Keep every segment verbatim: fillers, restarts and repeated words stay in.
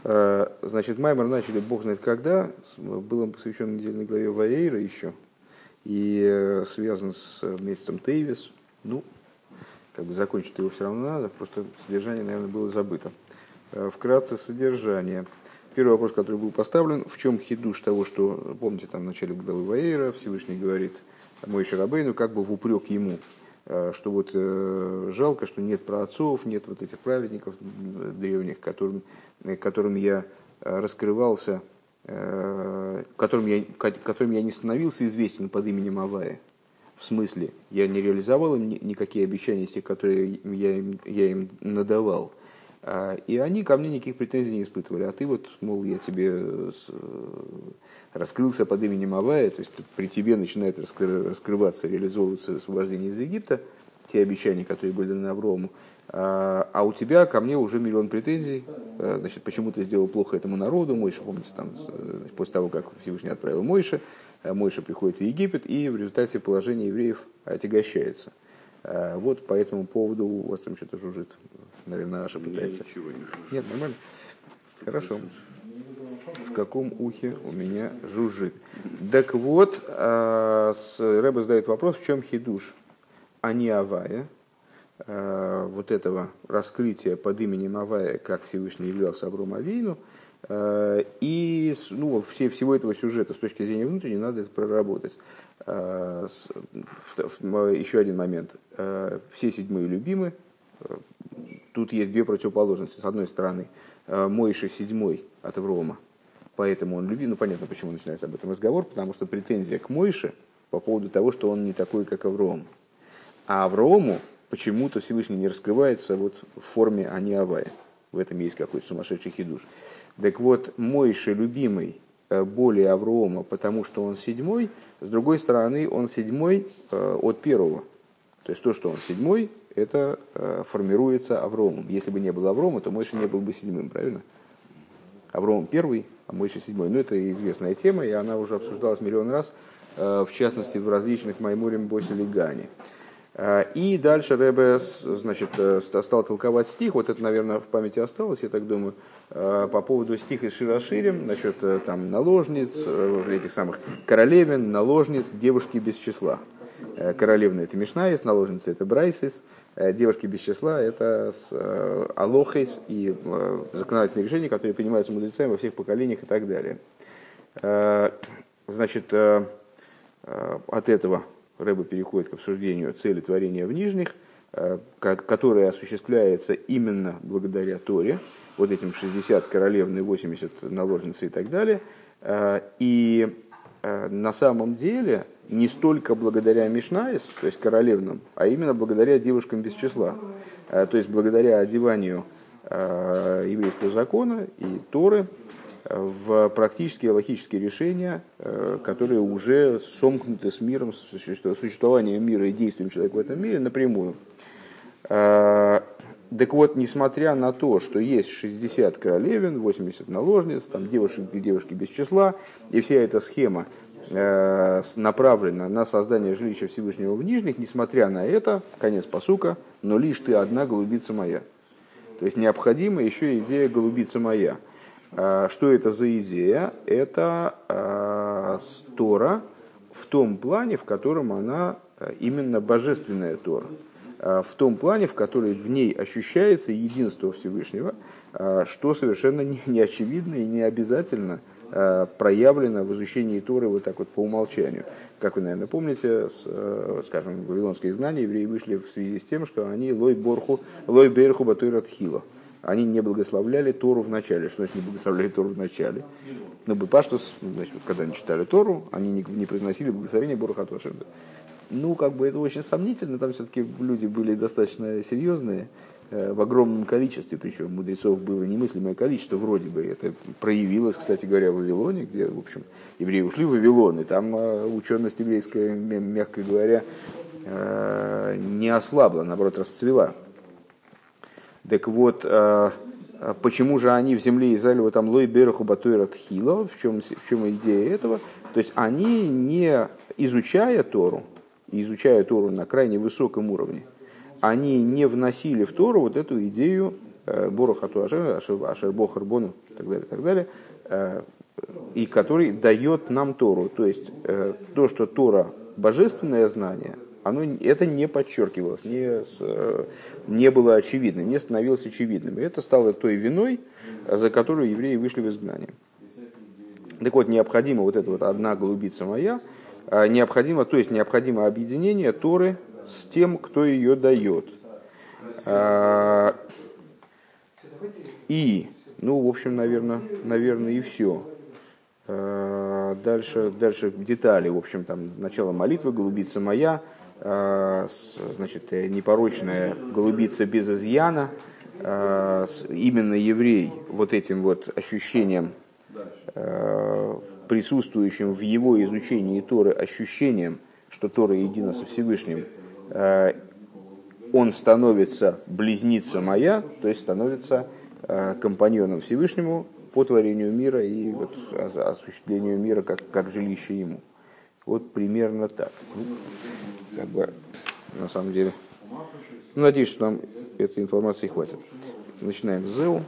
Значит, Маймер начали, бог знает когда, был он посвящен недельной главе Ваэйра еще, и связан с месяцем Тейвис. Ну, как бы закончить его все равно надо, просто содержание, наверное, было забыто. Вкратце содержание. Первый вопрос, который был поставлен: в чем хидуш того, что, помните, там в начале главы Ваэйра Всевышний говорит Моше Рабейну, как бы в упрек ему, что вот э, жалко, что нет праотцов, нет вот этих праведников древних, которым, которым я раскрывался, э, которым, я, которым я не становился известен под именем Авая. В смысле, я не реализовал им никакие обещания из тех, которые я им, я им надавал. И они ко мне никаких претензий не испытывали. А ты вот, мол, я тебе раскрылся под именем Авая, то есть при тебе начинает раскрываться, реализовываться освобождение из Египта, те обещания, которые были даны Аврому, а у тебя ко мне уже миллион претензий. Значит, почему ты сделал плохо этому народу? Мойша, помните, там, после того, как Всевышний отправил Мойша, Мойша приходит в Египет, и в результате положение евреев отягощается. Вот по этому поводу у вас там что-то жужжит. Наверное, Аша пытается. Ничего не жужжит. Нет, нормально. Хорошо. В каком ухе у меня жужжит? Так вот, Рэбе задает вопрос, в чем хидуш, а не Авая, вот этого раскрытия под именем Авая, как Всевышний являлся Аврому Авину, и ну, все, всего этого сюжета с точки зрения внутренней надо это проработать. Еще один момент. Все седьмые любимы. Тут есть две противоположности. С одной стороны, Мойша седьмой от Аврома, поэтому он любим. Ну, понятно, почему начинается об этом разговор, потому что претензия к Мойше по поводу того, что он не такой, как Авром. А Аврому почему-то Всевышний не раскрывается вот в форме а не Авая. В этом есть какой-то сумасшедший хидуш. Так вот, Мойша любимый более Аврома, потому что он седьмой. С другой стороны, он седьмой от первого. То есть то, что он седьмой, это формируется Авромом. Если бы не было Аврома, то Мойша не был бы седьмым, правильно? Авром первый, а Мойша седьмой. Ну, это известная тема, и она уже обсуждалась миллион раз, в частности, в различных Майморим, Боселе, Гане. И дальше Ребе, значит, стал толковать стих, вот это, наверное, в памяти осталось, я так думаю, по поводу стиха из Широширим, насчет там наложниц, этих самых королевин, наложниц, девушки без числа. Королевна — это Мишнаис, наложница — это Брайсис, девушки без числа — это Алохейс и законодательные решения, которые принимаются мудрецами во всех поколениях и так далее. Значит, от этого Рэбе переходит к обсуждению цели творения в нижних, которая осуществляется именно благодаря Торе, вот этим шестьдесят королевны, восемьдесят наложницы и так далее. И на самом деле не столько благодаря Мишнаис, то есть королевнам, а именно благодаря девушкам без числа. То есть благодаря одеванию еврейского закона и Торы в практические логические решения, которые уже сомкнуты с миром, с существованием мира и действием человека в этом мире напрямую. Так вот, несмотря на то, что есть шестьдесят королевин, восемьдесят наложниц, там девушки, девушки без числа, и вся эта схема направлена на создание жилища Всевышнего в нижних, несмотря на это, конец пасука, но лишь ты одна, голубица моя. То есть необходима еще идея голубица моя. Что это за идея? Это э, Тора в том плане, в котором она именно божественная Тора. Э, в том плане, в которой в ней ощущается единство Всевышнего, э, что совершенно не, не очевидно и не обязательно э, проявлено в изучении Торы вот так вот по умолчанию. Как вы, наверное, помните, с, э, скажем, в вавилонское изгнание евреи вышли в связи с тем, что они лой борху, лой берху батойрат хило. Они не благословляли Тору в начале. Что значит не благословляли Тору в начале? Ну, Бепаштус, значит, вот, когда они читали Тору, они не, не произносили благословение Борух ато Ашем. Ну, как бы это очень сомнительно. Там все-таки люди были достаточно серьезные, э, в огромном количестве. Причем мудрецов было немыслимое количество, вроде бы. Это проявилось, кстати говоря, в Вавилоне, где, в общем, евреи ушли в Вавилон, и там э, ученость еврейская, мягко говоря, э, не ослабла, наоборот, расцвела. Так вот, почему же они в земле Израиля там лой бераху батойрат хило? В чем, в чем идея этого? То есть они, не изучая Тору, изучая Тору на крайне высоком уровне, они не вносили в Тору вот эту идею Борух ато Ашем, Ашер бохар бону, так далее, так далее, и который дает нам Тору. То есть то, что Тора божественное знание, оно, это не подчеркивалось, не, не было очевидным, не становилось очевидным. И это стало той виной, за которую евреи вышли в изгнание. Так вот, необходима вот эта вот одна голубица моя, необходимо, то есть необходимо объединение Торы с тем, кто ее дает. И, ну, в общем, наверное, наверное и все. Дальше, дальше детали, в общем, там, начало молитвы, голубица моя, значит, непорочная голубица без изъяна, именно еврей вот этим вот ощущением, присутствующим в его изучении Торы, ощущением, что Тора едина со Всевышним, он становится близнеца моя, то есть становится компаньоном Всевышнему по творению мира и вот осуществлению мира как, как жилище ему. Вот примерно так. Ну, как бы, на самом деле, ну, надеюсь, что нам этой информации хватит. Начинаем с Зеу.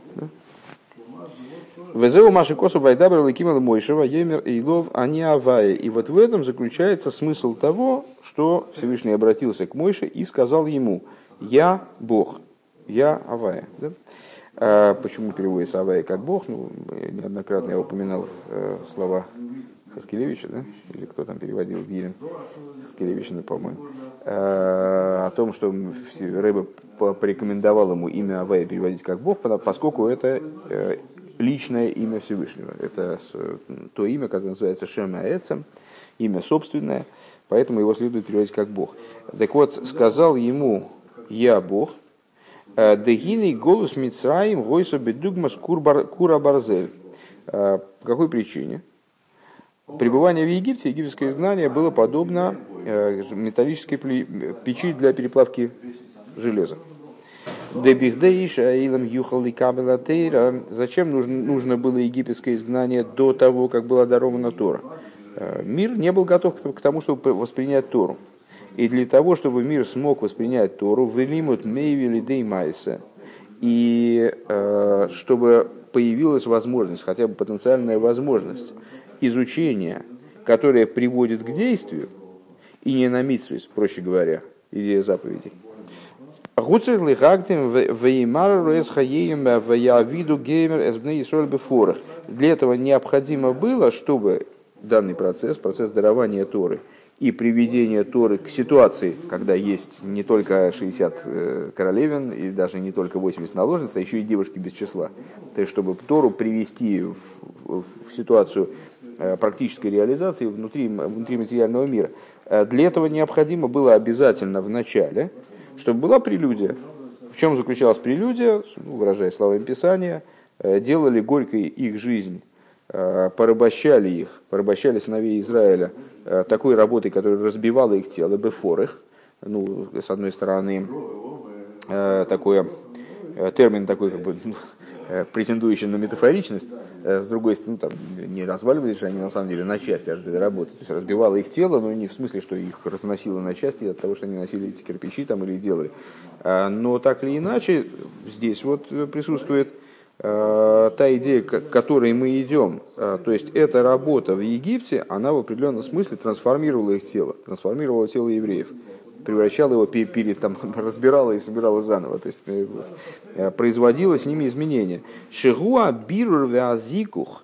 Везеу Маши Косу Вайдабр Лакимал Мойшева Емер Эйлов Ани Авае. И вот в этом заключается смысл того, что Всевышний обратился к Мойше и сказал ему: «Я Бог, я Авае». Да? А почему переводится Авае как Бог? Ну, неоднократно я упоминал э, слова Хаскелевича, да? Или кто там переводил, Гирин, Хаскелевича, по-моему, э, о том, что Рэбе порекомендовал ему имя Авае переводить как Бог, поскольку это э, личное имя Всевышнего. Это то имя, которое называется Шем Аэцем, имя собственное, поэтому его следует переводить как Бог. Так вот, сказал ему: «Я Бог». Дегиный голос Мицраим гойса бедугмас кура барзель. По какой причине? Пребывание в Египте, египетское изгнание, было подобно металлической печи для переплавки железа. Зачем нужно, нужно было египетское изгнание до того, как была дарована Тора? Мир не был готов к тому, чтобы воспринять Тору. И для того, чтобы мир смог воспринять Тору, велимут мейвили дей майса, и э, чтобы появилась возможность, хотя бы потенциальная возможность изучения, которая приводит к действию, и не на мицвис, проще говоря, идея заповедей. Для этого необходимо было, чтобы данный процесс, процесс дарования Торы и приведения Торы к ситуации, когда есть не только шестьдесят королевин и даже не только восемьдесят наложниц, а еще и девушки без числа. То есть, чтобы Тору привести в, в, в ситуацию практической реализации внутри, внутри материального мира. Для этого необходимо было обязательно в начале, чтобы была прелюдия. В чем заключалась прелюдия? Ну, выражая словами Писания, делали горькой их жизнь, порабощали их, порабощали сыновей Израиля такой работой, которая разбивала их тело, бефор их. Ну, с одной стороны, такой термин такой, как бы, претендующий на метафоричность, с другой стороны, ну, там, не разваливались же они на самом деле на части от этой работы. То есть разбивало их тело, но не в смысле, что их разносило на части от того, что они носили эти кирпичи там, или делали. Но так или иначе, здесь вот присутствует та идея, к которой мы идем. То есть эта работа в Египте, она в определенном смысле трансформировала их тело, трансформировала тело евреев, превращала его, перед, там, разбирала и собирала заново. То есть производила с ними изменения. Шигуа бирур вязикух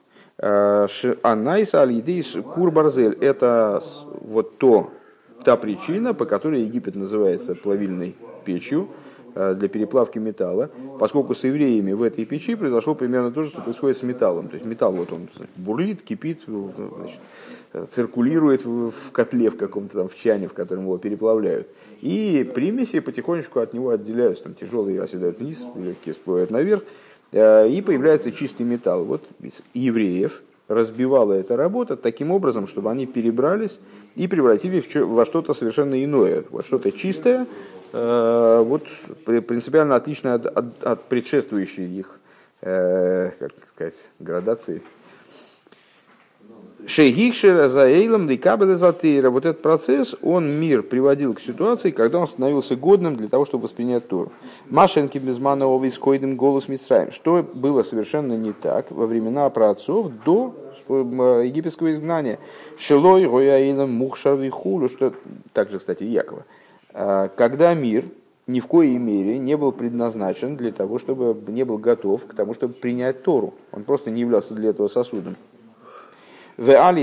анайса алидейс курбарзель. Это вот то, та причина, по которой Египет называется плавильной печью для переплавки металла, поскольку с евреями в этой печи произошло примерно то же, что происходит с металлом. То есть металл вот он бурлит, кипит, значит, циркулирует в котле в каком-то там, в чане, в котором его переплавляют. И примеси потихонечку от него отделяются. Там тяжелые оседают вниз, легкие всплывают наверх, и появляется чистый металл. Вот из евреев разбивала эта работа таким образом, чтобы они перебрались и превратились во что-то совершенно иное, во что-то чистое, вот принципиально отличное от, от, от предшествующей их, как сказать, градации. Шейгикшера за эйлом декабеля затейра. Вот этот процесс, он мир приводил к ситуации, когда он становился годным для того, чтобы воспринять Тору. Машенки безмана овискойдем голос Мицраим. Что было совершенно не так во времена праотцов до египетского изгнания. Шелой рояилом мухшар вихулю, что также, кстати, Якова. Когда мир ни в коей мере не был предназначен для того, чтобы не был готов к тому, чтобы принять Тору. Он просто не являлся для этого сосудом. И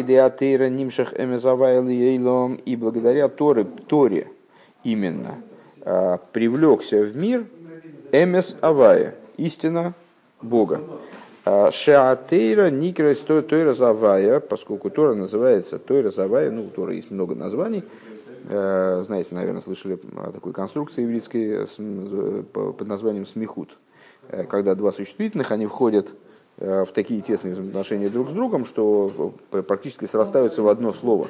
благодаря Торе, Торе именно привлекся в мир эмес авая, истина Бога. Шеатейра никрес Тойра Завая, поскольку Тора называется Тойра Завая, ну, у Торы есть много названий. Знаете, наверное, слышали о такой конструкции еврейской под названием смехут. Когда два существительных, они входят в такие тесные взаимоотношения друг с другом, что практически срастаются в одно слово.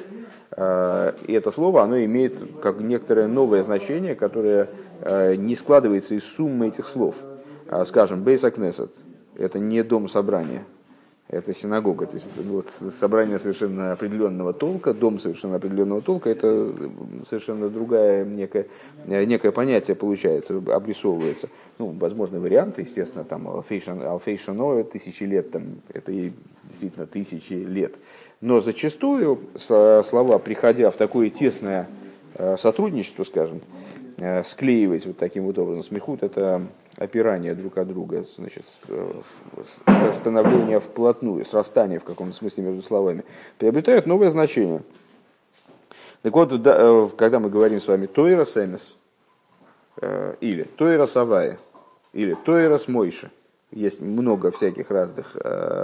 И это слово, оно имеет как некоторое новое значение, которое не складывается из суммы этих слов. Скажем, Бейс Акнесет – это не дом собрания, это синагога. То есть это вот собрание совершенно определенного толка, дом совершенно определенного толка – это совершенно другое некое, некое понятие получается, обрисовывается. Ну, возможно, варианты, естественно, там алфейшано, тысячи лет, там, это и действительно тысячи лет. Но зачастую слова, приходя в такое тесное сотрудничество, скажем, склеиваясь вот таким вот образом, смехут – это опирание друг от друга, значит, становление вплотную, срастание в каком-то смысле между словами, приобретают новое значение. Так вот, когда мы говорим с вами «Тойрас эмес» или «Тойрас авая» или «Тойрас мойше», есть много всяких разных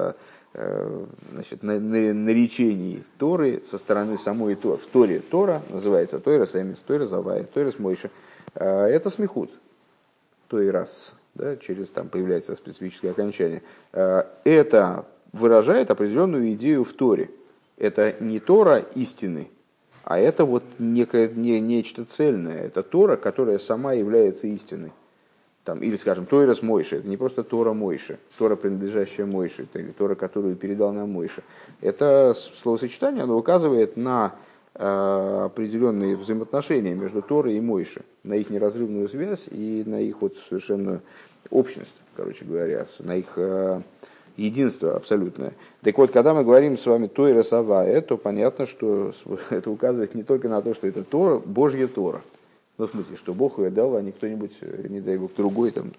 значит, наречений Торы со стороны самой Торы. В Торе Тора называется «Тойрас эмес», «Тойрас авая», «Тойрас мойше». Это смехут. Тойрас, да, через там появляется специфическое окончание. Это выражает определенную идею в Торе. Это не Тора истины, а это вот некое, не, нечто цельное. Это Тора, которая сама является истиной. Там, или, скажем, Тойрас Мойше. Это не просто Тора Мойше, Тора, принадлежащая Мойше, или Тора, которую передал нам Мойше. Это словосочетание, оно указывает на определенные взаимоотношения между Торой и Мойше, на их неразрывную связь и на их вот совершенно общность, короче говоря, на их единство абсолютное. Так вот, когда мы говорим с вами Тойра Савая, то понятно, что это указывает не только на то, что это Тора, Божья Тора. Ну, в смысле, что Бог ее дал, а не кто-нибудь, не дай Бог, другой там,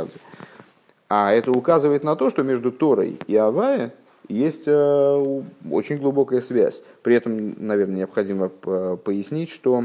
а это указывает на то, что между Торой и Авая есть э, очень глубокая связь. При этом, наверное, необходимо пояснить, что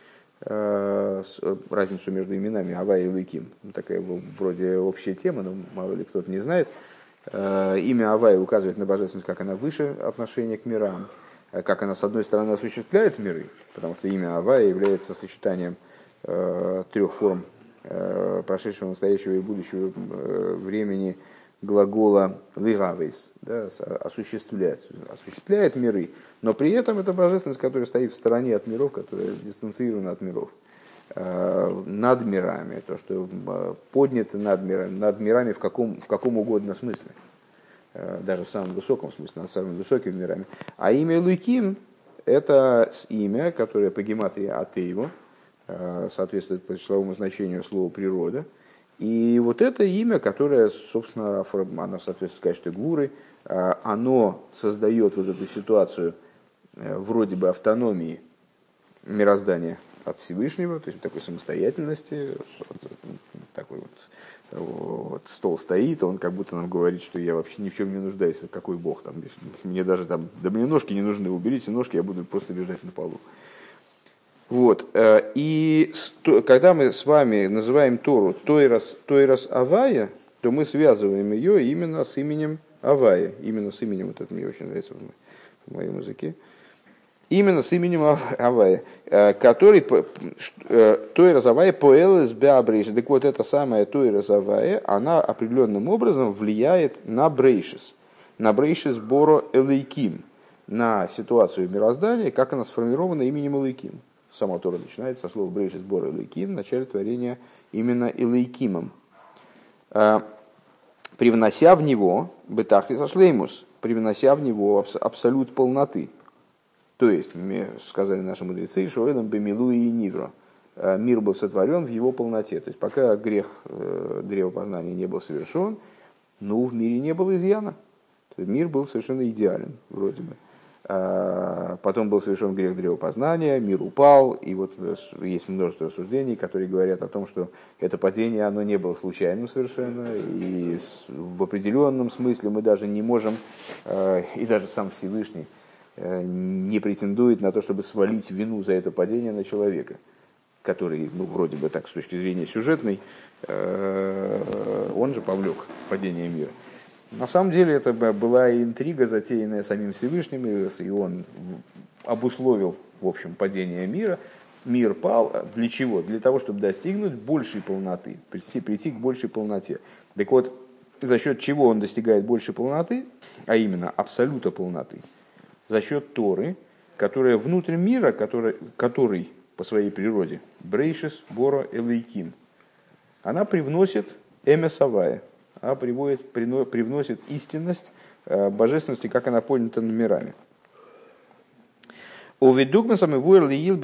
э, разницу между именами Авая и Лыким, ну, такая вроде общая тема, но мало ли кто-то не знает. Э, имя Авая указывает на божественность, как она выше отношения к мирам, как она, с одной стороны, осуществляет миры, потому что имя Авая является сочетанием э, трех форм э, прошедшего, настоящего и будущего э, времени, глагола «лигавейс», да, осуществлять, осуществляет миры, но при этом это божественность, которая стоит в стороне от миров, которая дистанцирована от миров, э, над мирами, то, что поднято над мирами, над мирами в каком, в каком угодно смысле, э, даже в самом высоком смысле, над самыми высокими мирами. А имя Луким – это имя, которое по гематрии Атеева э, соответствует по числовому значению слова «природа». И вот это имя, которое, собственно, оно соответствует в качестве гуры, оно создает вот эту ситуацию вроде бы автономии мироздания от Всевышнего, то есть такой самостоятельности, такой вот, вот стол стоит, он как будто нам говорит, что я вообще ни в чем не нуждаюсь, какой Бог там, мне даже там, да мне ножки не нужны, уберите ножки, я буду просто лежать на полу. Вот. И когда мы с вами называем Тору Тойрас, Тойрас Авая, то мы связываем ее именно с именем Авая. Именно с именем, вот это мне очень нравится в моем языке. Именно с именем Авая, который Тойрас Авая поэлэс беабрейшис. Так вот, эта самая Тойрас Авая, она определенным образом влияет на брейшис, на брейшис боро элейким, на ситуацию мироздания, как она сформирована именем Элейким. Сама Тора начинается со слова «брейшис бор Элейким», в начале творения именно Элейкимом. привнося в него бетахлис ашлеймус, привнося в него абсолют полноты. То есть, сказали наши мудрецы, шоэлем бемилу и нивро. Мир был сотворен в его полноте. То есть, пока грех древа познания не был совершен, но в мире не было изъяна. То есть, мир был совершенно идеален, вроде бы. Потом был совершен грех древопознания, мир упал, и вот есть множество рассуждений, которые говорят о том, что это падение, оно не было случайным совершенно, и в определенном смысле мы даже не можем, и даже сам Всевышний не претендует на то, чтобы свалить вину за это падение на человека, который, ну, вроде бы так, с точки зрения сюжетной, он же повлек падение мира. На самом деле это была интрига, затеянная самим Всевышним, и он обусловил, в общем, падение мира. Мир пал. Для чего? Для того, чтобы достигнуть большей полноты, прийти, прийти к большей полноте. Так вот, за счет чего он достигает большей полноты, а именно абсолюта полноты? За счет Торы, которая внутрь мира, который, который по своей природе, брейшис, бора, элейким, она привносит эмесавая. А приводит, привносит истинность божественности, как она понята номерами. Увидугмасам и вуэрлиил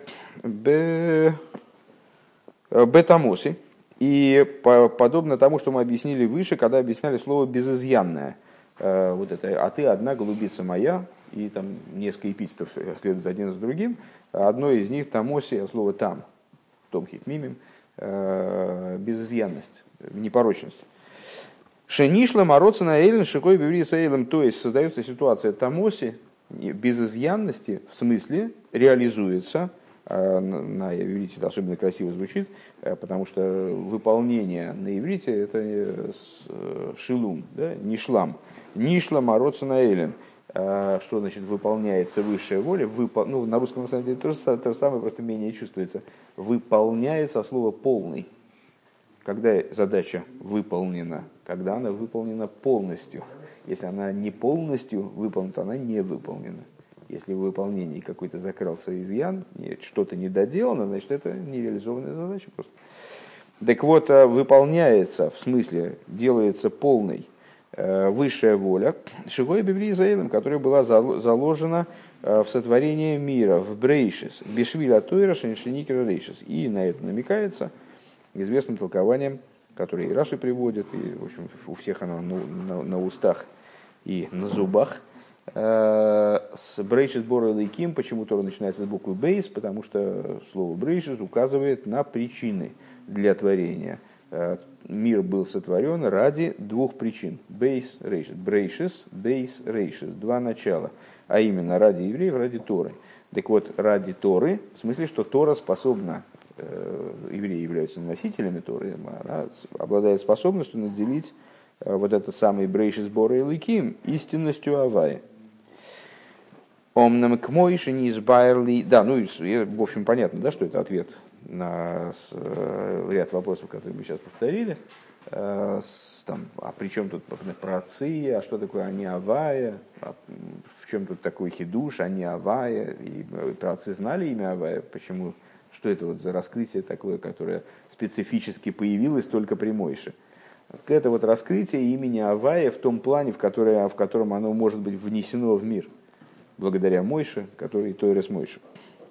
бетамоси. И подобно тому, что мы объяснили выше, когда объясняли слово безызъянное. Вот это «а ты одна голубица моя», и там несколько эпитетов следуют один за другим. Одно из них тамоси, слово там, том хитмимим, безызъянность, непорочность. Шенишла мороться на эйлен шикой биври с эйлем, то есть создается ситуация тамоси, безызъянности, в смысле реализуется, на иврите это особенно красиво звучит, потому что выполнение на иврите это шилум, да, нишлам, нишла мороться на эйлен. Что значит выполняется высшая воля? Выпол... Ну, на русском на самом деле то же, то же самое, просто менее чувствуется. Выполняется слово полный. Когда задача выполнена, когда она выполнена полностью. Если она не полностью выполнена, то она не выполнена. Если в выполнении какой-то закрылся изъян, что-то не доделано, значит, это нереализованная задача просто. Так вот, выполняется, в смысле, делается полной высшая воля, Шигой Биври Заэлем, которая была заложена в сотворение мира, в Брейшис, Бишвиля Тойра Шеншеникера Рейшис. И на это намекается известным толкованием, которое и Раши приводит, и в общем, у всех оно на, на, на устах и на зубах. С Брейшис Бора Лейким, почему Тора начинается с буквы Бейс, потому что слово Брейшис указывает на причины для творения. Мир был сотворен ради двух причин. Бейс, Рейшис. Брейшис, Бейс, Рейшис. Два начала. А именно ради евреев, ради Торы. Так вот, ради Торы, в смысле, что Тора способна, э, евреи являются носителями Торы, она обладает способностью наделить э, вот этот самый Брейшис Бора Элоким истинностью Авая. Омнам к Мойше не избавили. Да, ну, в общем, понятно, да, что это ответ на ряд вопросов, которые мы сейчас повторили. Там, а при чем тут про отцы, а что такое они Авая, а в чем тут такой хидуш, они Авая, и про отцы знали имя Авая, почему, что это вот за раскрытие такое, которое специфически появилось только при Мойше. Это вот раскрытие имени Авая в том плане, в, которое, в котором оно может быть внесено в мир, благодаря Мойше, который Тойрес Мойше.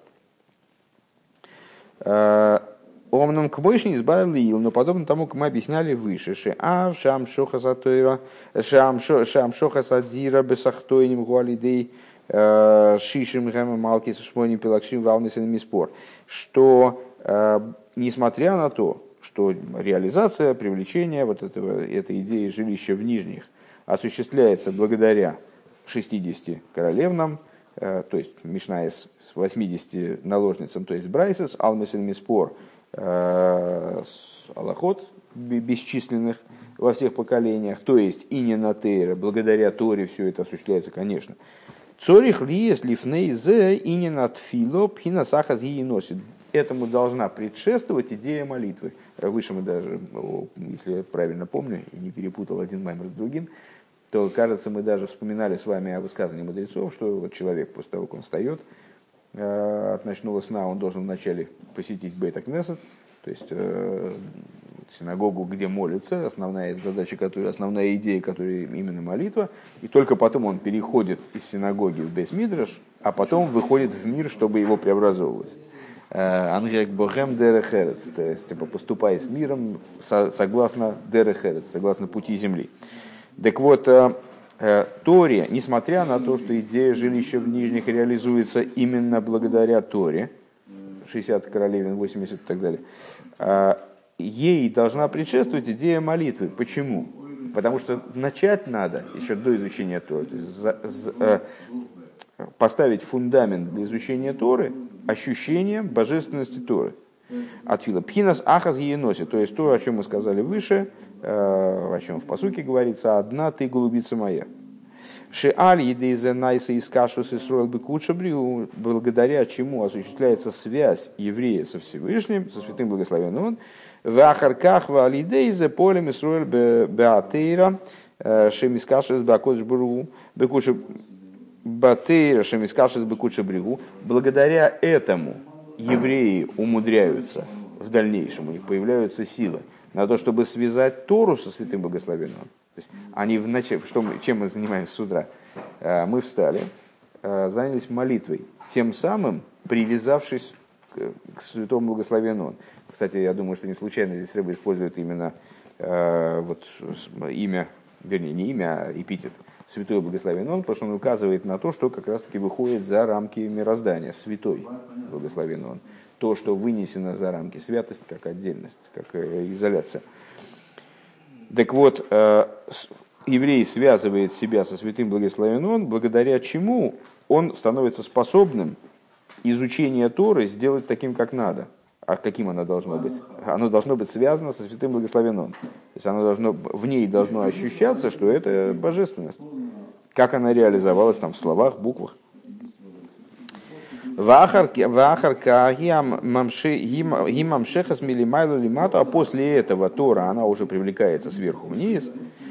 Омном к Мойше не избавили, но подобно тому, как мы объясняли выше, а шам шоха сатойра, шам шоха садира бесахтойним гуалидей шишим гэм малкис шмойним пилакшим валмисен миспор, что несмотря на то, что реализация, привлечение вот этого, этой идеи жилища в нижних осуществляется благодаря шестидесяти королевнам, то есть Мишна с восьмидесятью наложницам, то есть Брайсес, Алмесен Миспор, Аллахот бесчисленных во всех поколениях, то есть и не на Тейре, благодаря Торе все это осуществляется, конечно. Цорих лиес лифней зе и не на Тфило пхина сахаз и носит. Этому должна предшествовать идея молитвы. Выше мы даже, если я правильно помню, и не перепутал один маймер с другим, то, кажется, мы даже вспоминали с вами о высказывании мудрецов, что вот человек после того, как он встает от ночного сна, он должен вначале посетить Бейт ха-Кнесет, то есть синагогу, где молится, основная задача, которая, основная идея, которая именно молитва, и только потом он переходит из синагоги в бейс мидраш, а потом выходит в мир, чтобы его преобразовывать. Ангек богем дерехерец, то есть типа, поступая с миром согласно дерехерец, согласно пути земли. Так вот, Торе, несмотря на то, что идея жилища в нижних реализуется именно благодаря Торе, шестьдесят королевин, восемьдесят и так далее, ей должна предшествовать идея молитвы. Почему? Потому что начать надо еще до изучения Торы. То есть за, за, поставить фундамент для изучения Торы ощущением божественности Торы. От фила пхинас ахаз еноси, то есть то, о чем мы сказали выше, о чем в пасуке говорится: «Одна ты, голубица моя». Шеаль едейзе найса из кашус и сроил бы кучабриу, благодаря чему осуществляется связь еврея со Всевышним, со святым благословенным он, в ахарках в алидейзе полем и сроил беатейра шемискашус бакучабриу бекуча батейра шемискашус бекучабриу. Благодаря этому евреи умудряются в дальнейшем, у них появляются силы на то, чтобы связать Тору со святым благословенным. То есть они в начале, что мы, чем мы занимаемся с утра? Мы встали, занялись молитвой, тем самым привязавшись к, к святому благословенному. Кстати, я думаю, что не случайно здесь Рэбе использует именно вот, имя, вернее, не имя, а эпитет святой благословенный, потому что он указывает на то, что как раз-таки выходит за рамки мироздания, святой благословенный он. То, что вынесено за рамки, святость как отдельность, как изоляция. Так вот, еврей связывает себя со святым благословенным он, благодаря чему он становится способным изучение Торы сделать таким, как надо. А каким оно должно быть? Оно должно быть связано со святым благословенным. То есть оно должно, в ней должно ощущаться, что это божественность. Как она реализовалась там в словах, буквах. А после этого Тора, она уже привлекается сверху вниз.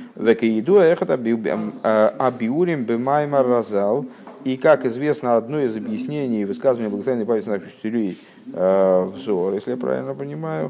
И, как известно, одно из объяснений высказывания благословенной памяти наших учителей взор, если я правильно понимаю,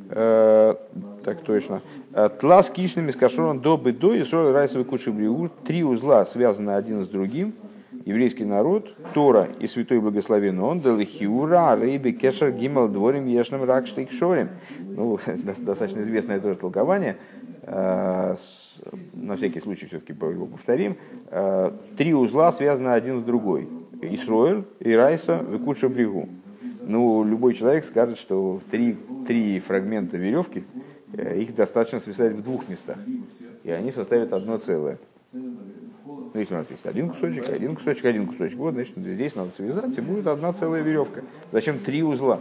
так точно. Тла с кишными скашором до бедо и соль райсовый кучебриур. Три узла связаны один с другим. Еврейский народ, Тора и святой благословенный он, Далихиура, Рейби, Кешер, Гимал, Дворим, Ешным, Ракштейк, Шорим. Ну, достаточно известное тоже толкование. На всякий случай все-таки его повторим. Три узла связаны один с другой. Исроэль, Ирайса, Викуча Бригу. Ну, любой человек скажет, что три, три фрагмента веревки, их достаточно связать в двух местах. И они составят одно целое. Ну, если у нас есть один кусочек, один кусочек, один кусочек, вот, значит, здесь надо связать, и будет одна целая веревка. Зачем три узла?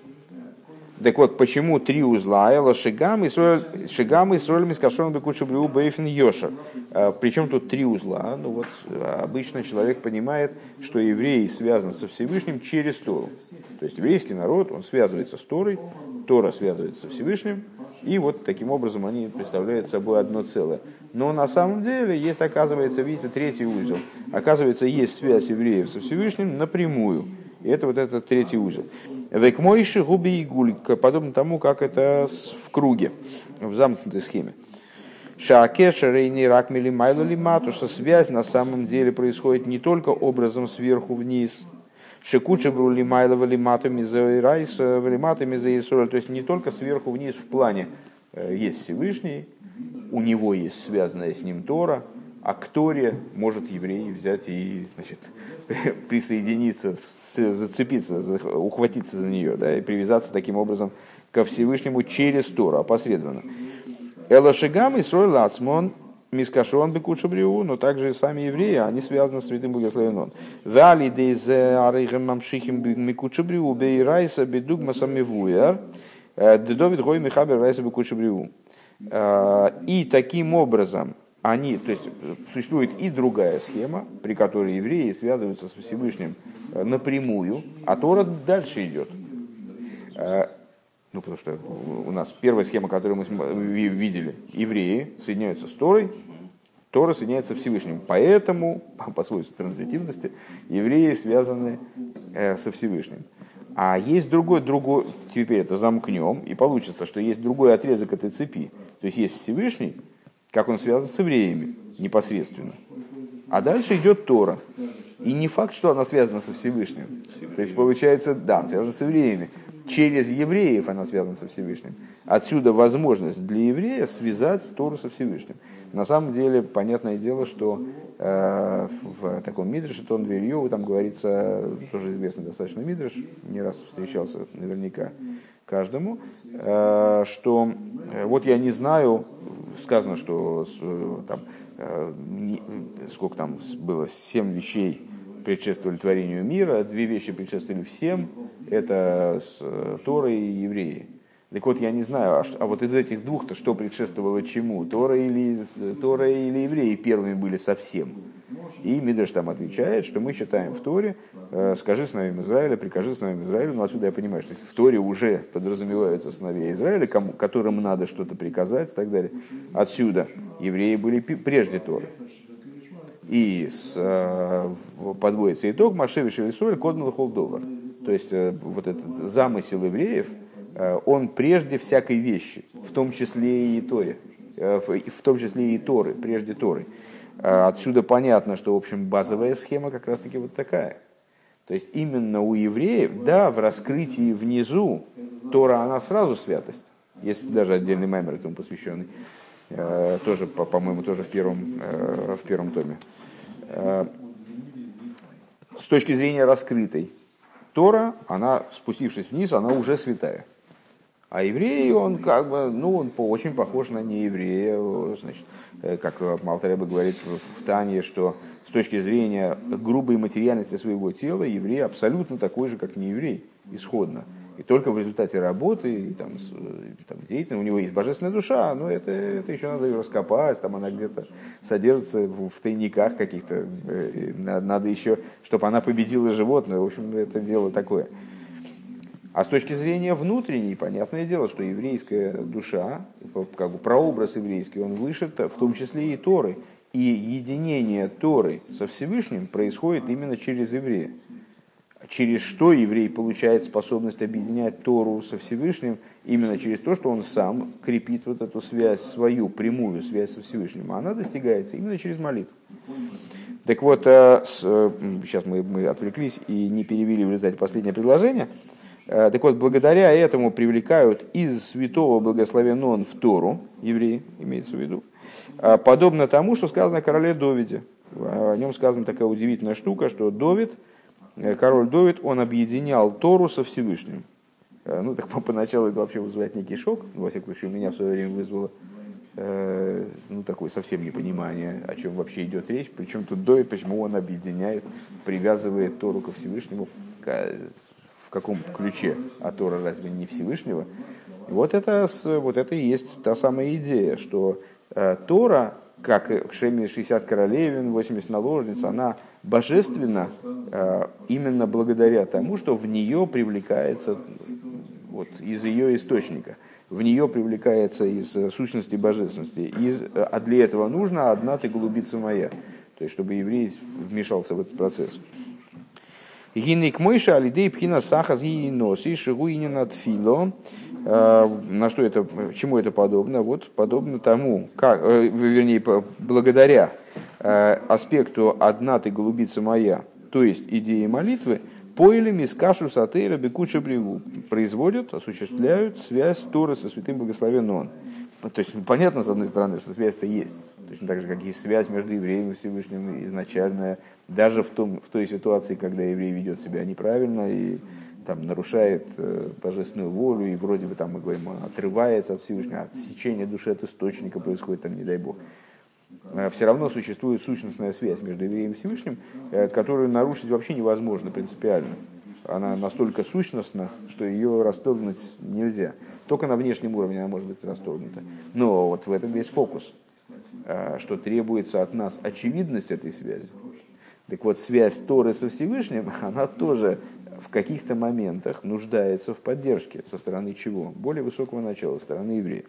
Так вот, почему три узла? Эла шигам и сролем из кашон бекуча брю бейфен йошер. Причем тут три узла? Ну вот, обычно человек понимает, что еврей связан со Всевышним через Тору. То есть еврейский народ, он связывается с Торой, Тора связывается со Всевышним, и вот таким образом они представляют собой одно целое. Но на самом деле есть, оказывается, видите, третий узел. Оказывается, есть связь евреев со Всевышним напрямую. И это вот этот третий узел. Векмойши губи и гулька, подобно тому, как это в круге, в замкнутой схеме. Шаакеша рейни рак мили майло лимату, что связь на самом деле происходит не только образом сверху вниз. Шекуча брули майлова лимату мизаирайс лимату мизаисоль, то есть не только сверху вниз в плане есть Всевышний, у него есть связанная с ним Тора, а к Торе может еврей взять и, значит, присоединиться, зацепиться, ухватиться за нее, да, и привязаться таким образом ко Всевышнему через Тору, опосредованно. Элошигам и Срой Лацмон Мискашон Бекуча Бриу, но также и сами евреи, они связаны с святым благословенным. Вали дейзе арейхем мамшихим Бекуча Бриу бейрайса бедугмасам мивуяр дедовид гой михабер райса Бекуча Бриу. И таким образом они, то есть существует и другая схема, при которой евреи связываются с Всевышним напрямую, а Тора дальше идет. Ну, потому что у нас первая схема, которую мы видели, евреи соединяются с Торой, Тора соединяется с Всевышним. Поэтому, по свойству транзитивности, евреи связаны со Всевышним. А есть другой, другой, теперь это замкнем, и получится, что есть другой отрезок этой цепи. То есть есть Всевышний, как он связан с евреями непосредственно. А дальше идет Тора. И не факт, что она связана со Всевышним. То есть получается, да, она связана с евреями. Через евреев она связана со Всевышним. Отсюда возможность для еврея связать Тору со Всевышним. На самом деле, понятное дело, что э, в таком мидреше, Тон Дверью, там говорится, тоже известный достаточно мидреш, не раз встречался наверняка каждому, э, что э, вот я не знаю, сказано, что э, там, э, не, сколько там было, семь вещей предшествовали творению мира, две вещи предшествовали всем, это с Торой и евреи. Так вот, я не знаю, а, а вот из этих двух-то что предшествовало чему? Тора или, Тора или евреи первыми были совсем? И Мидраш там отвечает, что мы читаем в Торе, э, скажи сыновьям Израиля, прикажи сыновьям Израиля. Ну, отсюда я понимаю, что в Торе уже подразумеваются сыновья Израиля, кому, которым надо что-то приказать и так далее. Отсюда евреи были прежде Торы. И с, э, подводится итог Машеви Шевисоль Кодмал Холдовар. То есть э, вот этот замысел евреев, э, он прежде всякой вещи, в том числе и Торе, э, в, в том числе и Торы, прежде Торы. Э, отсюда понятно, что в общем базовая схема как раз таки вот такая. То есть именно у евреев, да, в раскрытии внизу Тора, она сразу святость. Есть даже отдельный маймер этому посвященный. Тоже, по-моему, тоже в первом, в первом томе. С точки зрения раскрытой Тора, она, спустившись вниз, она уже святая. А еврей, он как бы, ну, он очень похож на нееврея. Значит, как Алтер Ребе говорит в Тане, что с точки зрения грубой материальности своего тела, еврей абсолютно такой же, как нееврей, исходно. И только в результате работы, и там, там, деятельности, у него есть божественная душа, но это, это еще надо ее раскопать, там она где-то содержится в, в тайниках каких-то, надо еще, чтобы она победила животное, в общем, это дело такое. А с точки зрения внутренней, понятное дело, что еврейская душа, как бы прообраз еврейский, он вышит в том числе и Торы. И единение Торы со Всевышним происходит именно через еврея. Через что еврей получает способность объединять Тору со Всевышним? Именно через то, что он сам крепит вот эту связь, свою прямую связь со Всевышним. А она достигается именно через молитву. Так вот, сейчас мы, мы отвлеклись и не перевели в результате последнее предложение. Так вот, благодаря этому привлекают из святого благословен он в Тору, евреи, имеется в виду, подобно тому, что сказано о короле Довиде. О нем сказана такая удивительная штука, что Довид, король Довид, он объединял Тору со Всевышним. Ну, так поначалу это вообще вызывает некий шок. Во всяком случае, у меня в свое время вызвало э, ну, такое совсем непонимание, о чем вообще идет речь. Причем тут Довид, почему он объединяет, привязывает Тору ко Всевышнему, в каком ключе, а Тора разве не Всевышнего? Вот это, вот это и есть та самая идея, что э, Тора, как Шеми шестьдесят королевин, восемьдесят наложниц, она божественна э, именно благодаря тому, что в нее привлекается вот, из ее источника, в нее привлекается из сущности божественности. Из, а для этого нужно одна ты голубица моя, то есть чтобы еврей вмешался в этот процесс. Гинник мойша алидей пхина сахаз и носи шигуинина тфило. На что это, чему это подобно? Вот подобно тому, как, вернее, благодаря аспекту «одна ты голубица моя», то есть идеи молитвы, поэлем из кашу сатейра бекуча бреву производят, осуществляют связь Торы со святым благословен он. То есть понятно, с одной стороны, что связь-то есть. Точно так же, как есть связь между евреем и Всевышним изначальная, даже в, том, в той ситуации, когда еврей ведет себя неправильно и там, нарушает э, божественную волю, и вроде бы, там, мы говорим, он отрывается от Всевышнего, отсечение души от источника происходит, там, не дай бог. Э, все равно существует сущностная связь между евреем и Всевышним, э, которую нарушить вообще невозможно принципиально. Она настолько сущностна, что ее расторгнуть нельзя. Только на внешнем уровне она может быть расторгнута. Но вот в этом весь фокус, э, что требуется от нас очевидность этой связи. Так вот, связь Торы со Всевышним, она тоже в каких-то моментах нуждается в поддержке. Со стороны чего? Более высокого начала, со стороны еврея.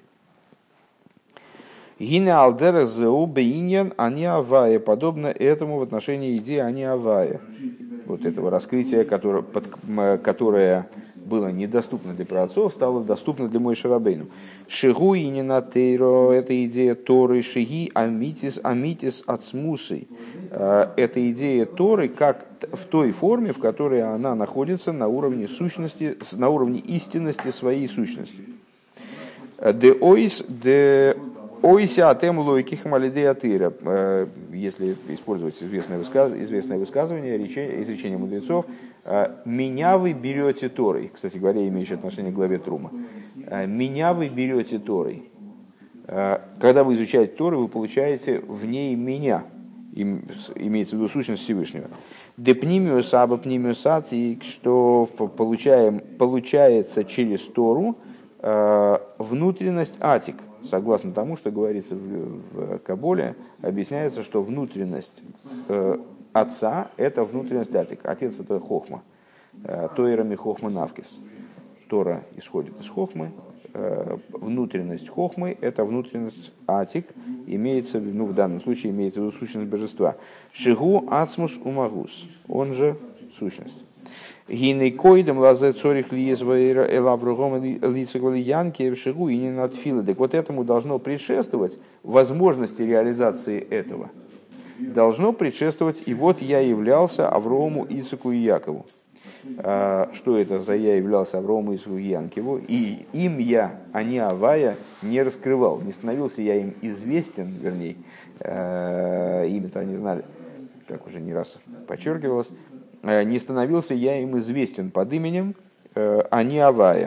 Гине алдера зеу бейньян ани авая. Подобно этому в отношении идеи ани авая. вот этого раскрытия, которое, под, которое было недоступно для праотцов, стало доступно для Моше Рабейну. Шигу и не на тейро, это идея Торы, шиги амитис, амитис ацмусой. Это идея Торы как в той форме, в которой она находится на уровне сущности, на уровне истинности своей сущности. Де ойс, де ойся атем лойких малидей атыра. Если использовать известное, высказ... известное высказывание, изречение мудрецов, «меня вы берете Торой». Кстати говоря, имеющее отношение к главе Трума. «Меня вы берете Торой». Когда вы изучаете Тору, вы получаете в ней меня. Имеется в виду сущность Всевышнего. «Депнимиус аба пнимиус ати», что получаем, получается через Тору внутренность атик. Согласно тому, что говорится в Каболе, объясняется, что внутренность э, отца – это внутренность атик. Отец – это хохма. Тойрами хохма навкис. Тора исходит из хохмы. Э, внутренность хохмы – это внутренность атик. Имеется, ну, в данном случае имеется в виду сущность божества. Шигу ацмус умагус. Он же сущность. Гинекоидом лазе цорих лиезваира элавругом лицеглиянки в шигу и не надфилы. Так вот этому должно предшествовать возможности реализации этого. Должно предшествовать, и вот я являлся Аврому, Ицеку и Якову. Что это за я являлся Аврому, Ицеку и Якову? И им я, а не Авая, не раскрывал. Не становился я им известен, вернее, имя-то они знали, как уже не раз подчеркивалось. Не становился я им известен под именем, а не Авая.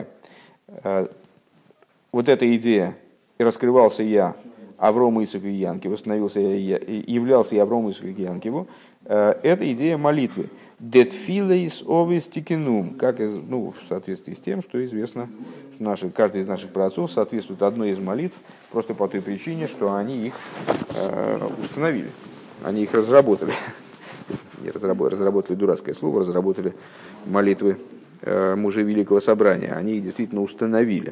Вот эта идея, и раскрывался я Аврому, Ицеку и Янкиву, становился я, являлся я Аврому, Ицеку и Янкиву, это идея молитвы. Детфилейс овис тикенум, как из, ну, в соответствии с тем, что известно, что наши, каждый из наших праотцов соответствует одной из молитв, просто по той причине, что они их э, установили, они их разработали. Не разработали, разработали дурацкое слово, разработали молитвы э, мужа Великого Собрания. Они их действительно установили.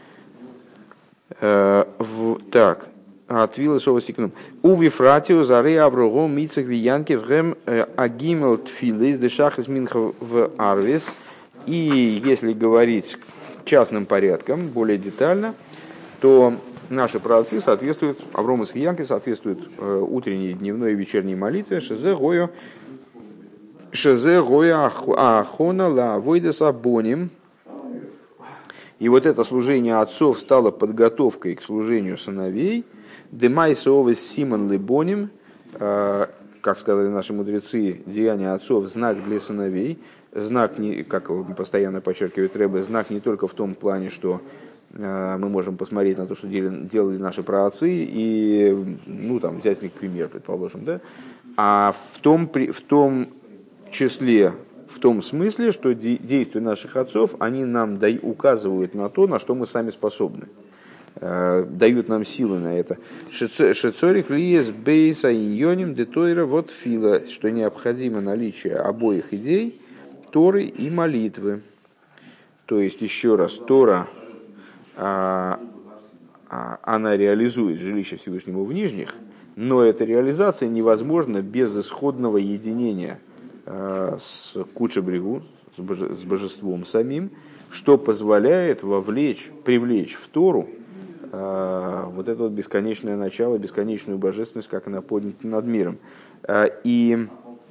Э, в, так, отвила совостикнум. У вифратио зары аврого мицах виянки вгэм агимел тфилы из дешах из минха в арвис. И если говорить частным порядком, более детально, то наши праотцы соответствуют, Аврому и Янке соответствуют э, утренней, дневной и вечерней молитве шезе гою шезе гоя ахона ла войдес абоним. И вот это служение отцов стало подготовкой к служению сыновей. Демайса овес симон либоним, как сказали наши мудрецы, деяния отцов знак для сыновей. Знак, не, как постоянно подчеркивает Ребе, знак не только в том плане, что мы можем посмотреть на то, что делали наши праотцы, и, ну, там, взять них пример, предположим, да, а в том, в том числе, в том смысле, что действия наших отцов, они нам дай, указывают на то, на что мы сами способны, дают нам силы на это. Шецорих лиес бейса иньоним детойра вот фила, что необходимо наличие обоих идей, Торы и молитвы. То есть, еще раз, Тора, она реализует жилище Всевышнего в нижних, но эта реализация невозможна без исходного единения с Кудшей-Брегу, с божеством самим, что позволяет вовлечь, привлечь в Тору вот это вот бесконечное начало, бесконечную божественность, как она поднята над миром. И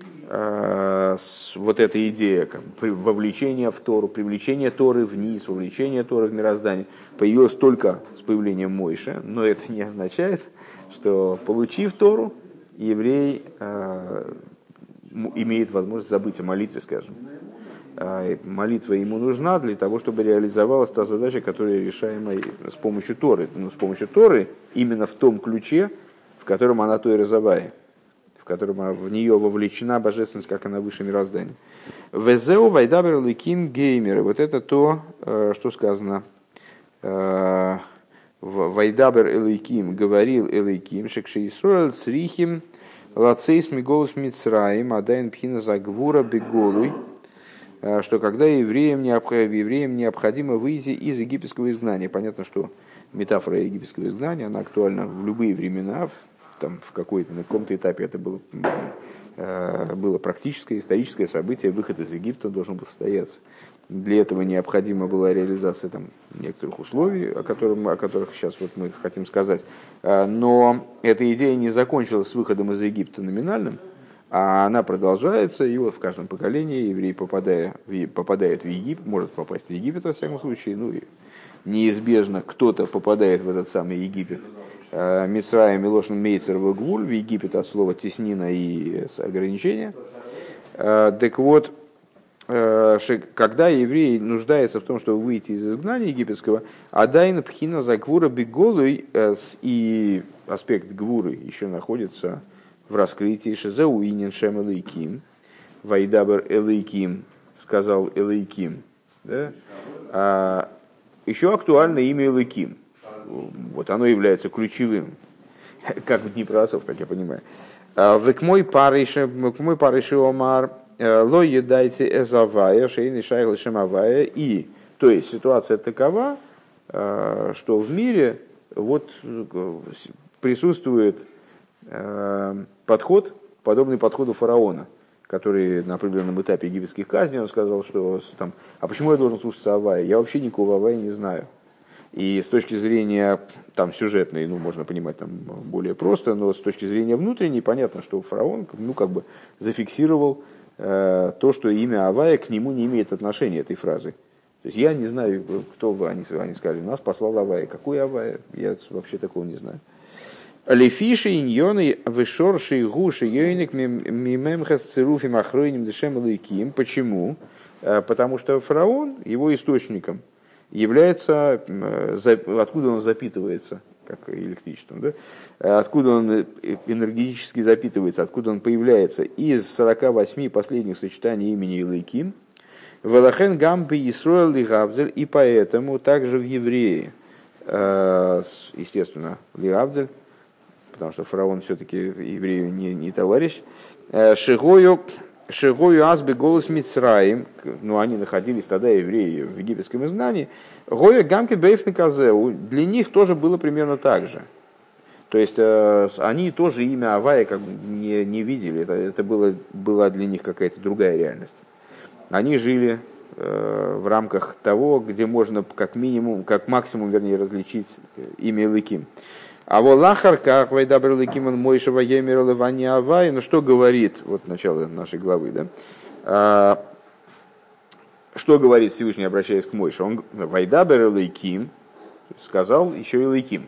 вот эта идея как, вовлечения в Тору, привлечения Торы вниз, вовлечения Торы в мироздание появилась только с появлением Мойши, но это не означает, что, получив Тору, еврей э, имеет возможность забыть о молитве, скажем. Э, молитва ему нужна для того, чтобы реализовалась та задача, которая решаема с помощью Торы. Но с помощью Торы именно в том ключе, в котором она Тойра Завая, в котором в нее вовлечена божественность, как она выше мироздания. Везеу вайдабер ликим геймеры. Вот это то, что сказано в вайдабер элейким, говорил элейким, шекши Исроэль црихим лацейс миголус мицраим адайн пхина загвура беголуй, что когда евреям необходимо, евреям необходимо выйти из египетского изгнания. Понятно, что метафора египетского изгнания, она актуальна в любые времена, там, в какой-то, на каком-то этапе это было, было практическое, историческое событие, выход из Египта должен был состояться. Для этого необходима была реализация там, некоторых условий, о, которых, о которых сейчас вот мы хотим сказать. Но эта идея не закончилась с выходом из Египта номинальным, а она продолжается, и вот в каждом поколении еврей, попадая в, попадает в Египет, может попасть в Египет, во всяком случае, ну и неизбежно кто-то попадает в этот самый Египет. Мицраим Милошн Мейцер Вагвуль, в Египет от слова теснина и ограничения. Так вот, когда еврей нуждается в том, чтобы выйти из изгнания египетского, адайн пхина заквура беголуй, и аспект гвуры еще находится в раскрытии шизеу инин шем элейким, вайдабер элейким, сказал элейким. Да? А еще актуально имя элейким. Вот оно является ключевым, как в дни праотцов, так я понимаю. Век мой париши омар ло едайте эзавая шейни шайгл шемавая. И, то есть ситуация такова, что в мире вот присутствует подход, подобный подходу фараона, который на определенном этапе египетских казней, он сказал, что там, а почему я должен слушаться Авая? Я вообще никакого Авая не знаю. И с точки зрения там, сюжетной, ну, можно понимать там, более просто, но с точки зрения внутренней, понятно, что фараон ну, как бы зафиксировал э, то, что имя Авая к нему не имеет отношения этой фразы. То есть я не знаю, кто вы, они, они сказали, нас послал Авая. Какой Авая? Я вообще такого не знаю. Лефиши иньоны вышорши гуши йойник мимемхас цируфим охройним дешем лейким. Почему? Потому что фараон, его источником, является, откуда он запитывается, как электричеством, да? Откуда он энергетически запитывается, откуда он появляется, из сорока восьми последних сочетаний имени Элейким, Велахен Гамби Исроэл Лигавзель, и поэтому также в евреи, естественно, Лигавзель, потому что фараон все-таки еврею не, не товарищ, Шигою Шигою Азби голос Мицраим, ну они находились тогда, евреи, в египетском изгнании, Гоя Гамки Бейфн Казеу, для них тоже было примерно так же. То есть они тоже имя Авая как бы не, не видели, это, это было, была для них какая-то другая реальность. Они жили в рамках того, где можно как минимум, как максимум, вернее, различить имя Элоким. А вот лахарках вайдабр Элоким Мойша ваемер левани Авай, ну что говорит, вот начало нашей главы, да? А, что говорит Всевышний, обращаясь к Мойше? Он вайдабр Элоким сказал еще Элоким.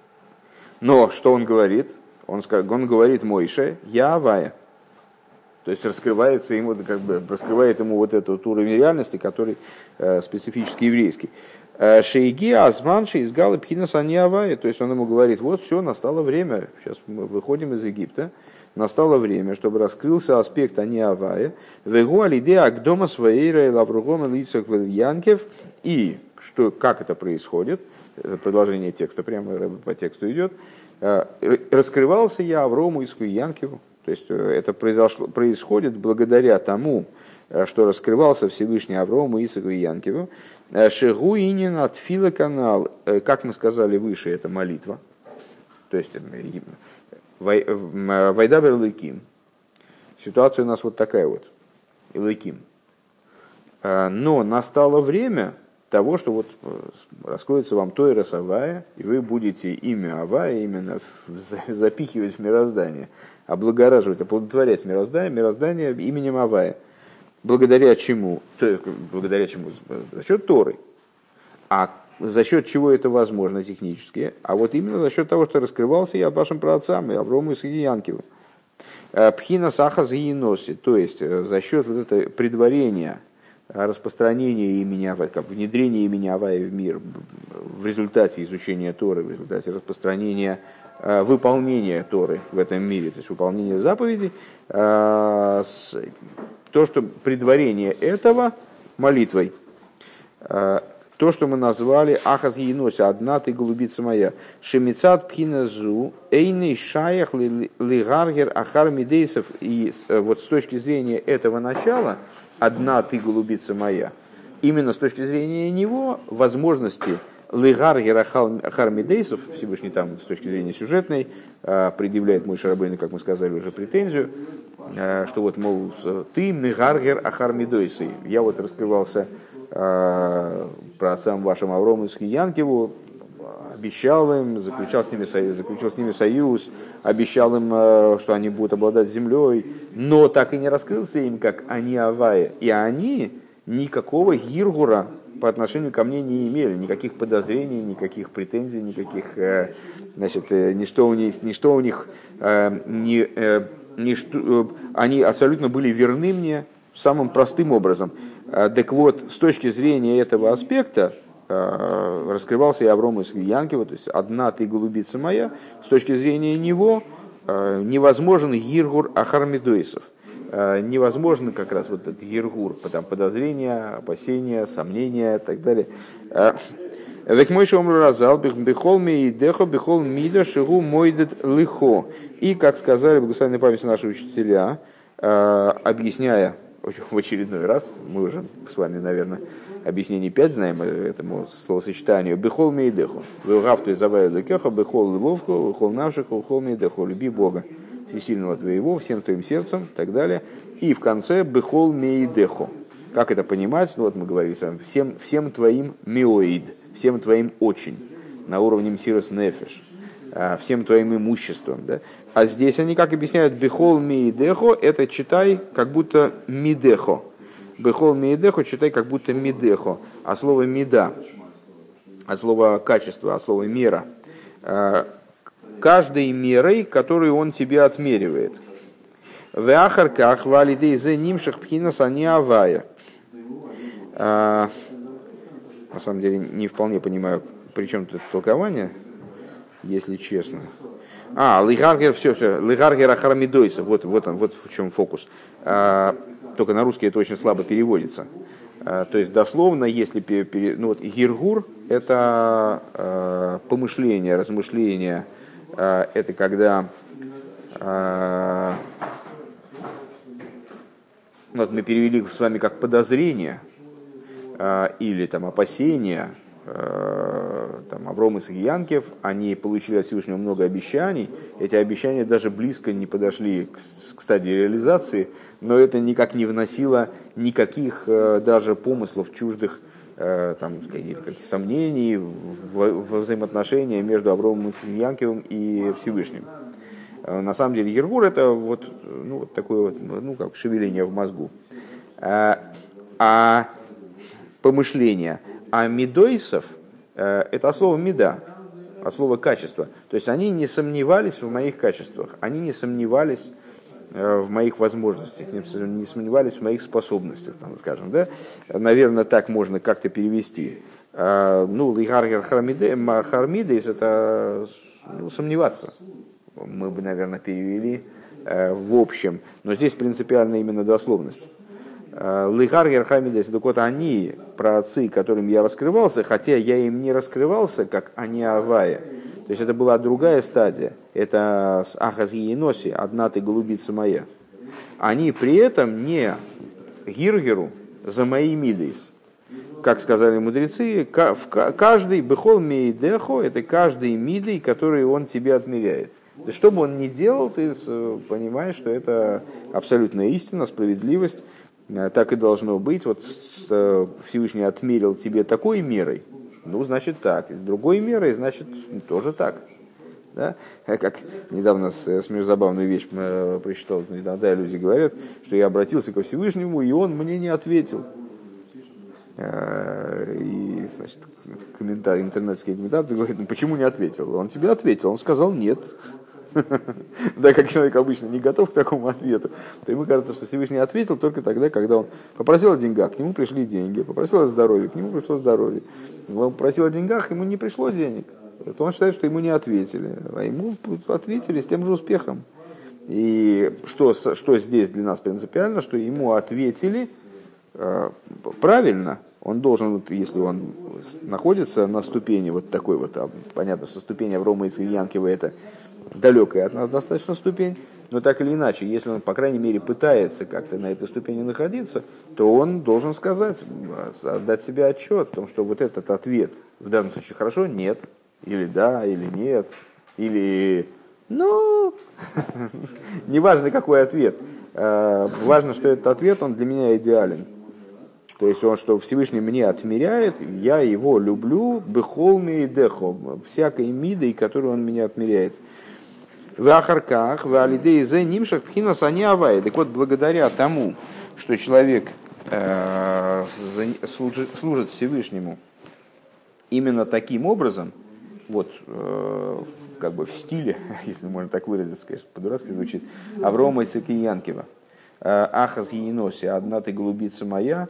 Но что он говорит? Он, он говорит Мойше, я Авая. То есть раскрывается ему, как бы, раскрывает ему вот этот уровень реальности, который э, специфически еврейский. Шейги азманши из галы пхинас ани Авая. То есть он ему говорит, вот все, настало время, сейчас мы выходим из Египта, настало время, чтобы раскрылся аспект ани Авая. Вегу алиде агдома своейра и лавругома лицах вельянкев. И что, как это происходит, это продолжение текста, прямо по тексту идет, раскрывался я Аврому и Янкеву. То есть это произошло, происходит благодаря тому, что раскрывался Всевышний Аврому, Исааку и Янкеву. Шегуинин от фила канал, как мы сказали выше, это молитва. То есть вайдабер Элоким. Ситуация у нас вот такая вот. Элоким. Но настало время того, что вот раскроется вам Тойра Авая, и вы будете имя Авая именно запихивать в мироздание, облагораживать, оплодотворять мироздание, мироздание именем Авая. Благодаря чему? То, благодаря чему? За счет Торы. А за счет чего это возможно технически? А вот именно за счет того, что раскрывался я вашим праотцам, и Аврому и Янкеву. Пхина саха заиноси, то есть за счет вот этого предварения, распространения имени Авая, как внедрение имени Авая в мир в результате изучения Торы, в результате распространения, выполнения Торы в этом мире, то есть выполнения заповедей, то, что предварение этого молитвой, то, что мы назвали Ахаз Еноси, одна ты голубица моя, Шемицат Пхиназу, Эйный Шаях Лигаргер Ахар Мидейсов, и вот с точки зрения этого начала, одна ты голубица моя, именно с точки зрения него, возможности Лигар Герахал Хармидейсов, Всевышний там с точки зрения сюжетной предъявляет Моше Рабейну, как мы сказали, уже претензию, что вот, мол, ты Мигаргер Ахармидойсы. Я вот раскрывался про отцам вашим Аврому и Янкиву, обещал им, заключал с ними союз, заключил с ними союз, обещал им, что они будут обладать землей, но так и не раскрылся им, как они Авая. И они никакого гиргура по отношению ко мне не имели, никаких подозрений, никаких претензий, никаких, значит, ничто у них, ничто у них не, ничто, они абсолютно были верны мне самым простым образом. Так вот, с точки зрения этого аспекта, раскрывался и Авром из Янкива, то есть одна ты голубица моя, с точки зрения него невозможен гиргур ахармидойсов. Невозможно как раз вот этот гиргур, там подозрения, опасения, сомнения и так далее. Век мой шомру разал, бихол ми дехо, бихол мида, шигу мойдет лихо. И, как сказали в благословенной памяти наши учителя, объясняя в очередной раз, мы уже с вами, наверное, объяснение пять знаем этому словосочетанию, бихол ми дехо, вилгавту и завая лекеха, бихол львовку, бихол навшику, бихол ми дехо, люби Бога всесильного твоего, всем твоим сердцем и так далее. И в конце бихол меидехо. Как это понимать? Ну, вот мы говорили с вами, всем, всем твоим меоид, всем твоим очень, на уровне мсирос нефеш, всем твоим имуществом. Да? А здесь они как объясняют, бихол меидехо, это читай как будто мидехо. Бихол меидехо читай как будто мидехо. А слово мида, а слово качество, а слово мера, каждой мерой, которую он тебе отмеривает. В ахарках валидей зе нимших пхинас они авая. На самом деле не вполне понимаю, при чем тут толкование, если честно. А, лигаргер, все, все, лигаргер ахарамидойса, вот, вот он, вот в чем фокус. А, только на русский это очень слабо переводится. А, то есть дословно, если ну вот гиргур это а, помышление, размышление. Это когда э, вот мы перевели с вами как подозрение э, или там, опасение. Э, там, Авром и Янкев, они получили от Всевышнего много обещаний. Эти обещания даже близко не подошли к, к стадии реализации, но это никак не вносило никаких э, даже помыслов чуждых, там, каких сомнений во взаимоотношения между Авромом и Янкивым и Всевышним. На самом деле гиргур это вот, ну, вот такое вот, ну, как шевеление в мозгу. А, а помышление. А мидойсов это от слова мида, от слова качество. То есть они не сомневались в моих качествах, они не сомневались в моих возможностях, не сомневались в моих способностях, там, скажем, да? Наверное, так можно как-то перевести. Ну, лигаргер хармидейс это ну, сомневаться. Мы бы, наверное, перевели в общем, но здесь принципиально именно дословность. Лигаргер хармидейс, так вот они, праотцы, которым я раскрывался, хотя я им не раскрывался, как они авая. То есть это была другая стадия. Это с Ахази и Носи, одна ты голубица моя. Они при этом не гиргеру за мои мидейс. Как сказали мудрецы, каждый бехол мейдехо, это каждый мидей, который он тебе отмеряет. То есть, что бы он ни делал, ты понимаешь, что это абсолютная истина, справедливость. Так и должно быть. Вот Всевышний отмерил тебе такой мерой, ну, значит так. Другой мерой, значит, тоже так. Да? Как недавно смею забавную вещь прочитал, иногда люди говорят, что я обратился ко Всевышнему, и он мне не ответил. И, значит, комментарий, интернетский комментатор говорит, ну почему не ответил? Он тебе ответил, он сказал нет. Да, как человек обычно не готов к такому ответу, то ему кажется, что Всевышний ответил только тогда, когда он попросил о деньгах, к нему пришли деньги, попросил о здоровье, к нему пришло здоровье. Он попросил о деньгах, ему не пришло денег. То он считает, что ему не ответили, а ему ответили с тем же успехом. И что, что здесь для нас принципиально, что ему ответили э, правильно. Он должен, вот, если он находится на ступени вот такой вот, а, понятно, что ступень Аврома и Янкива это далекая от нас достаточно ступень, Но так или иначе, если он, по крайней мере, пытается как-то на этой ступени находиться, то он должен сказать, отдать себе отчет о том, что вот этот ответ в данном случае хорошо, нет, или да, или нет, или ну, неважно какой ответ, важно, что этот ответ, он для меня идеален. То есть он, что Всевышний мне отмеряет, я его люблю, бехолми и дехо, всякой мидой, которую он меня отмеряет. В ахарках, в алидей зе нимшах пхинас они авай. Так вот, благодаря тому, что человек э, служит, служит Всевышнему именно таким образом, вот, э, как бы в стиле, если можно так выразиться, конечно, по-дурацки звучит, Аврома Ицхака и Янкива. Ахаз еноси, одна ты голубица моя,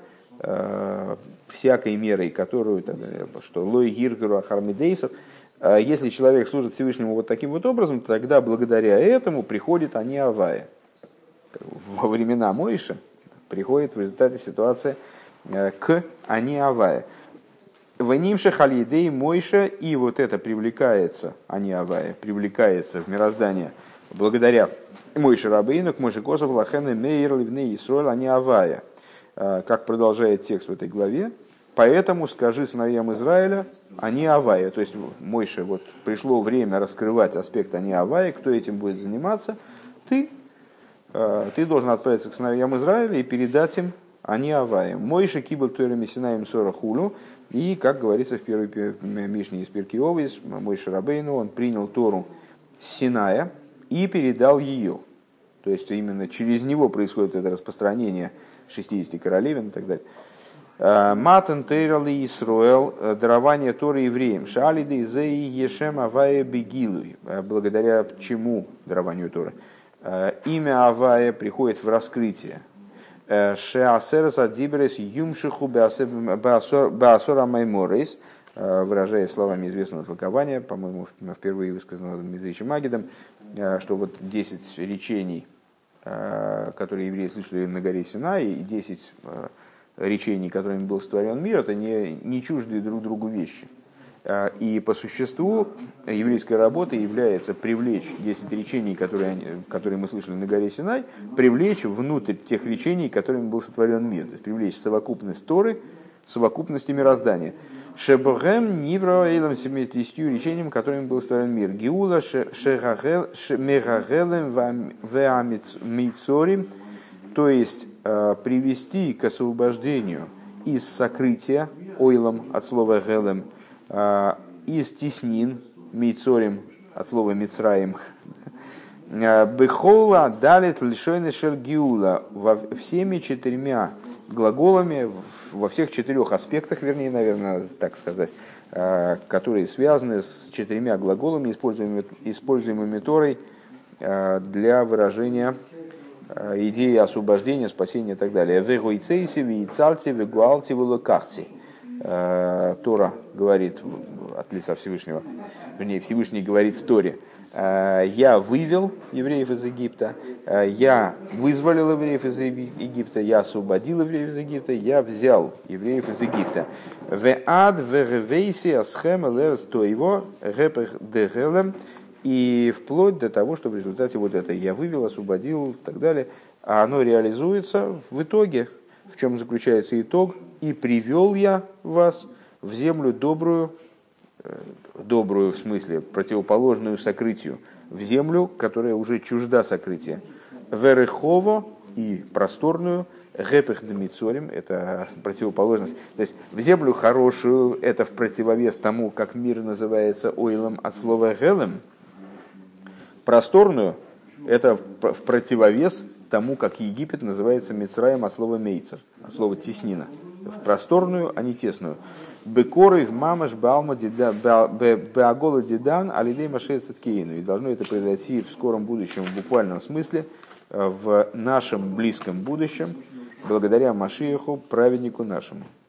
всякой мерой, которую, что лой гиргеру ахармидейсов, если человек служит Всевышнему вот таким вот образом, тогда благодаря этому приходит они авая. Во времена Моиша приходит в результате ситуации к они авая. В нимше халидей Моиша, и вот это привлекается, они авая, привлекается в мироздание благодаря Моише Рабейну, к Моише Косов, Лахене, Мейер, Ливней, Исроэл, они авая. Как продолжает текст в этой главе, поэтому скажи сыновьям Израиля, они авая. То есть, Мойше, вот пришло время раскрывать аспект они авая, кто этим будет заниматься, ты, ты должен отправиться к сыновьям Израиля и передать им они авая. Мойше кибл тойра мисинаим сора хулу, и, как говорится в первой Мишне из Пиркей Овес, Мойше Рабейну, он принял Тору с Синая и передал ее. То есть, именно через него происходит это распространение шестидесяти королевин и так далее. Матан тейрали Исруэл, дарование Торы евреям. Шалиды зеи ешем авая бегилуй. Благодаря чему дарованию Торы? Имя авая приходит в раскрытие. Шеасерас адиберес юмшиху беасора майморис, выражая словами известного толкования, по-моему, впервые высказанного Мизричем Магидом, что вот десять речений, которые евреи слышали на горе Синай, и десять речений, которыми был сотворен мир, это не, не чуждые друг другу вещи. И по существу еврейская работа является привлечь десять речений, которые, они, которые мы слышали на горе Синай, привлечь внутрь тех речений, которыми был сотворен мир. То есть привлечь совокупность Торы, совокупности мироздания. Шебогем нивро эйлом семидесятью речением, которыми был сотворен мир. Гиула шемерагелем веамицорим, то есть привести к освобождению из сокрытия, ойлом от слова гелем, из теснин, мицорим от слова мицраим, бехола далит лишойны шель гиула, всеми четырьмя глаголами, во всех четырех аспектах, вернее, наверное, так сказать, которые связаны с четырьмя глаголами, используемыми, используемыми Торой для выражения идеи освобождения, спасения и так далее. Вегуйцейси, вейцалти, вегуалти, вулокахти. Тора говорит от лица Всевышнего, вернее, Всевышний говорит в Торе: я вывел евреев из Египта, я вызволил евреев из Египта, я освободил евреев из Египта, я взял евреев из Египта. И вплоть до того, что в результате вот это я вывел, освободил и так далее, а оно реализуется в итоге. В чем заключается итог? И привел я вас в землю добрую, добрую в смысле противоположную сокрытию, в землю, которая уже чужда сокрытия. Верехово и просторную, гепех демицорим, это противоположность. То есть в землю хорошую, это в противовес тому, как мир называется ойлом от слова гелем. Просторную, это в противовес тому, как Египет называется Мицраем от слова мейцер, от слова теснина. В просторную, а не тесную. Бекоры в мамаш балма беагола дидан алидей машея цаткеину. И должно это произойти в скором будущем, в буквальном смысле, в нашем близком будущем, благодаря Машиаху, праведнику нашему.